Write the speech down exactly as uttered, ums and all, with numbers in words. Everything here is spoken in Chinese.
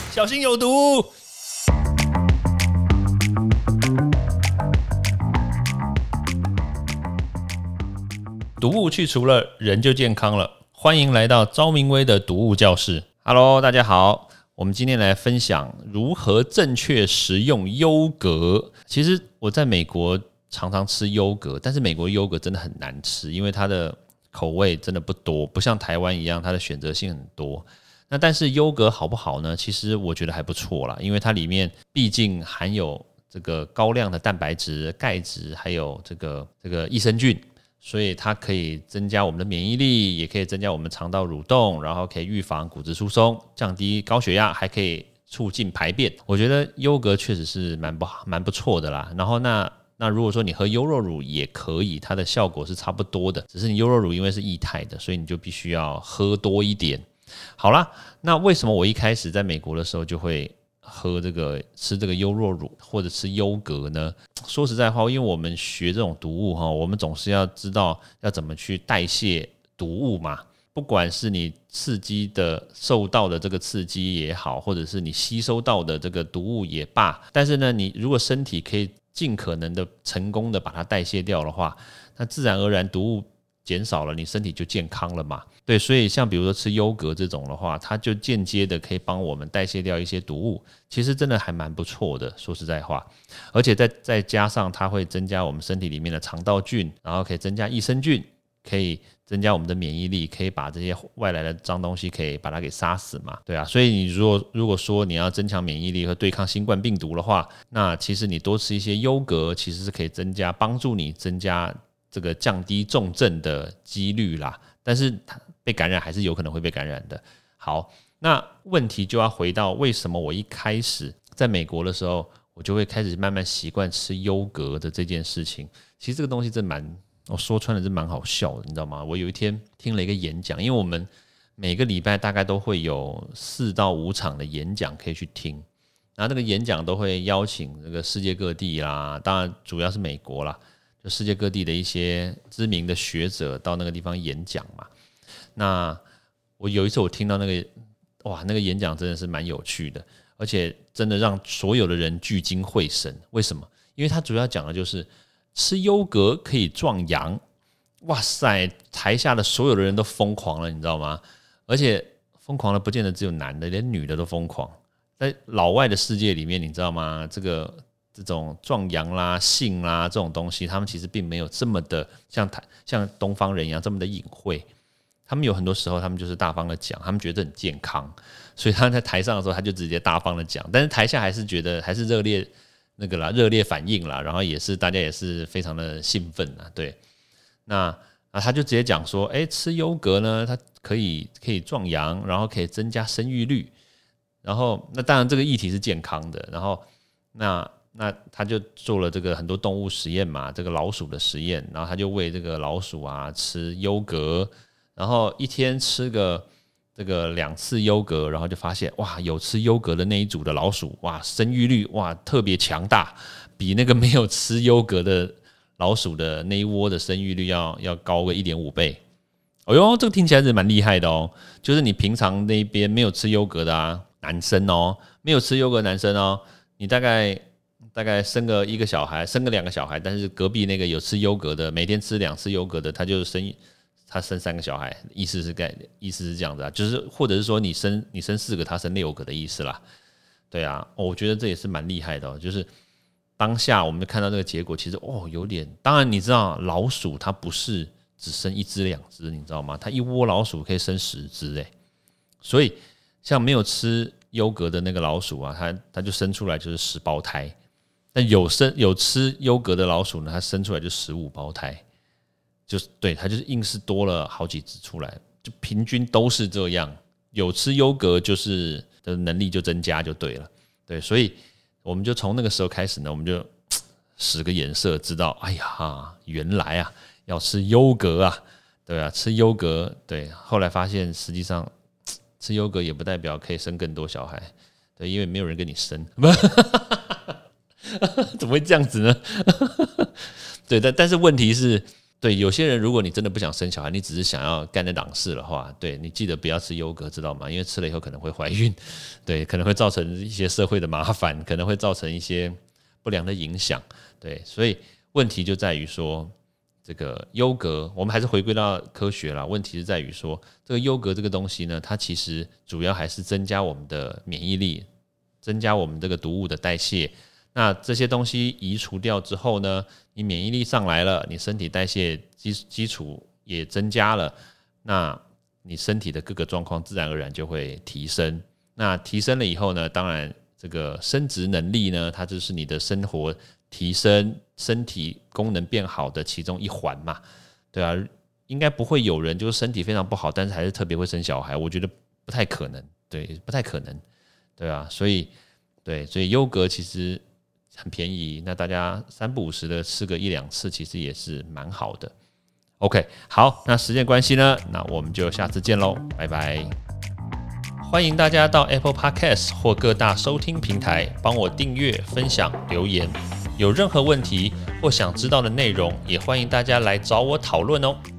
小心有毒。毒物去除了，人就健康了。欢迎来到昭明威的毒物教室。Hello， 大家好，我们今天来分享如何正确食用优格。其实我在美国常常吃优格，但是美国优格真的很难吃，因为它的口味真的不多，不像台湾一样，它的选择性很多。那但是优格好不好呢？其实我觉得还不错啦，因为它里面毕竟含有这个高量的蛋白质、钙质，还有这个这个益生菌。所以它可以增加我们的免疫力，也可以增加我们肠道蠕动，然后可以预防骨质疏松，降低高血压，还可以促进排便。我觉得优格确实是蛮不蛮不错的啦。然后那那如果说你喝优酪乳也可以，它的效果是差不多的，只是你优酪乳因为是液态的，所以你就必须要喝多一点。好啦，那为什么我一开始在美国的时候就会喝这个吃这个优酪乳或者吃优格呢？说实在话，因为我们学这种毒物哈，我们总是要知道要怎么去代谢毒物嘛。不管是你刺激的受到的这个刺激也好，或者是你吸收到的这个毒物也罢，但是呢，你如果身体可以尽可能的成功的把它代谢掉的话，那自然而然毒物减少了，你身体就健康了嘛。对，所以像比如说吃优格这种的话，它就间接的可以帮我们代谢掉一些毒物，其实真的还蛮不错的，说实在话。而且 再, 再加上它会增加我们身体里面的肠道菌，然后可以增加益生菌，可以增加我们的免疫力，可以把这些外来的脏东西可以把它给杀死嘛。对啊，所以你如果如果说你要增强免疫力和对抗新冠病毒的话，那其实你多吃一些优格，其实是可以增加帮助你增加这个降低重症的几率啦。但是被感染还是有可能会被感染的。好，那问题就要回到为什么我一开始在美国的时候，我就会开始慢慢习惯吃优格的这件事情。其实这个东西真蛮，我说穿了是蛮好笑的，你知道吗？我有一天听了一个演讲，因为我们每个礼拜大概都会有四到五场的演讲可以去听，然后那个演讲都会邀请这个世界各地啦，当然主要是美国啦，就世界各地的一些知名的学者到那个地方演讲嘛。那我有一次我听到那个，哇，那个演讲真的是蛮有趣的，而且真的让所有的人聚精会神。为什么？因为他主要讲的就是吃优格可以壮阳。哇塞，台下的所有的人都疯狂了，你知道吗？而且疯狂的不见得只有男的，连女的都疯狂。在老外的世界里面，你知道吗？这个这种壮阳啦、性啦这种东西，他们其实并没有这么的像台像东方人一样这么的隐晦。他们有很多时候，他们就是大方的讲，他们觉得很健康，所以他在台上的时候，他就直接大方的讲，但是台下还是觉得还是热烈那个啦，热烈反应啦，然后也是大家也是非常的兴奋啊，对，那啊他就直接讲说，哎，吃优格呢，它可以可以壮阳，然后可以增加生育率，然后那当然这个议题是健康的，然后那那他就做了这个很多动物实验嘛，这个老鼠的实验，然后他就喂这个老鼠啊吃优格。然后一天吃个这个两次优格，然后就发现哇，有吃优格的那一组的老鼠，哇，生育率哇特别强大，比那个没有吃优格的老鼠的那一窝的生育率要要高个 一点五倍。哎呦，这个听起来是蛮厉害的哦。就是你平常那边没有吃优格的啊，男生哦，没有吃优格的男生哦，你大概大概生个一个小孩，生个两个小孩，但是隔壁那个有吃优格的，每天吃两次优格的，他就生他生三个小孩，意思是概意思是这样子啊，就是或者是说你生你生四个，他生六个的意思啦。对啊，哦、我觉得这也是蛮厉害的、哦，就是当下我们看到这个结果，其实哦有点，当然你知道老鼠它不是只生一只两只，你知道吗？它一窝老鼠可以生十只哎，所以像没有吃优格的那个老鼠啊，它它就生出来就是十胞胎，但有生有吃优格的老鼠呢，它生出来就十五胞胎。就是对，它就是硬是多了好几只出来，就平均都是这样。有吃优格就是的能力就增加就对了，对，所以我们就从那个时候开始呢，我们就使个眼色，知道，哎呀，原来啊要吃优格啊，对啊，吃优格，对，后来发现实际上吃优格也不代表可以生更多小孩，对，因为没有人跟你生，怎么会这样子呢？对，但但是问题是。 对，有些人如果你真的不想生小孩，你只是想要干那档事的话，对，你记得不要吃优格，知道吗？因为吃了以后可能会怀孕，对，可能会造成一些社会的麻烦，可能会造成一些不良的影响，对，所以问题就在于说，这个优格，我们还是回归到科学啦。问题是在于说，这个优格这个东西呢，它其实主要还是增加我们的免疫力，增加我们这个毒物的代谢。那这些东西移除掉之后呢，你免疫力上来了，你身体代谢基基础也增加了，那你身体的各个状况自然而然就会提升。那提升了以后呢，当然这个生殖能力呢，它就是你的生活提升、身体功能变好的其中一环嘛，对啊，应该不会有人就是身体非常不好，但是还是特别会生小孩，我觉得不太可能，对，不太可能，对啊，所以对，所以优格其实很便宜，那大家三不五时的吃个一两次，其实也是蛮好的。OK， 好，那时间关系呢，那我们就下次见喽，拜拜。欢迎大家到 Apple Podcast 或各大收听平台帮我订阅、分享、留言。有任何问题或想知道的内容，也欢迎大家来找我讨论哦。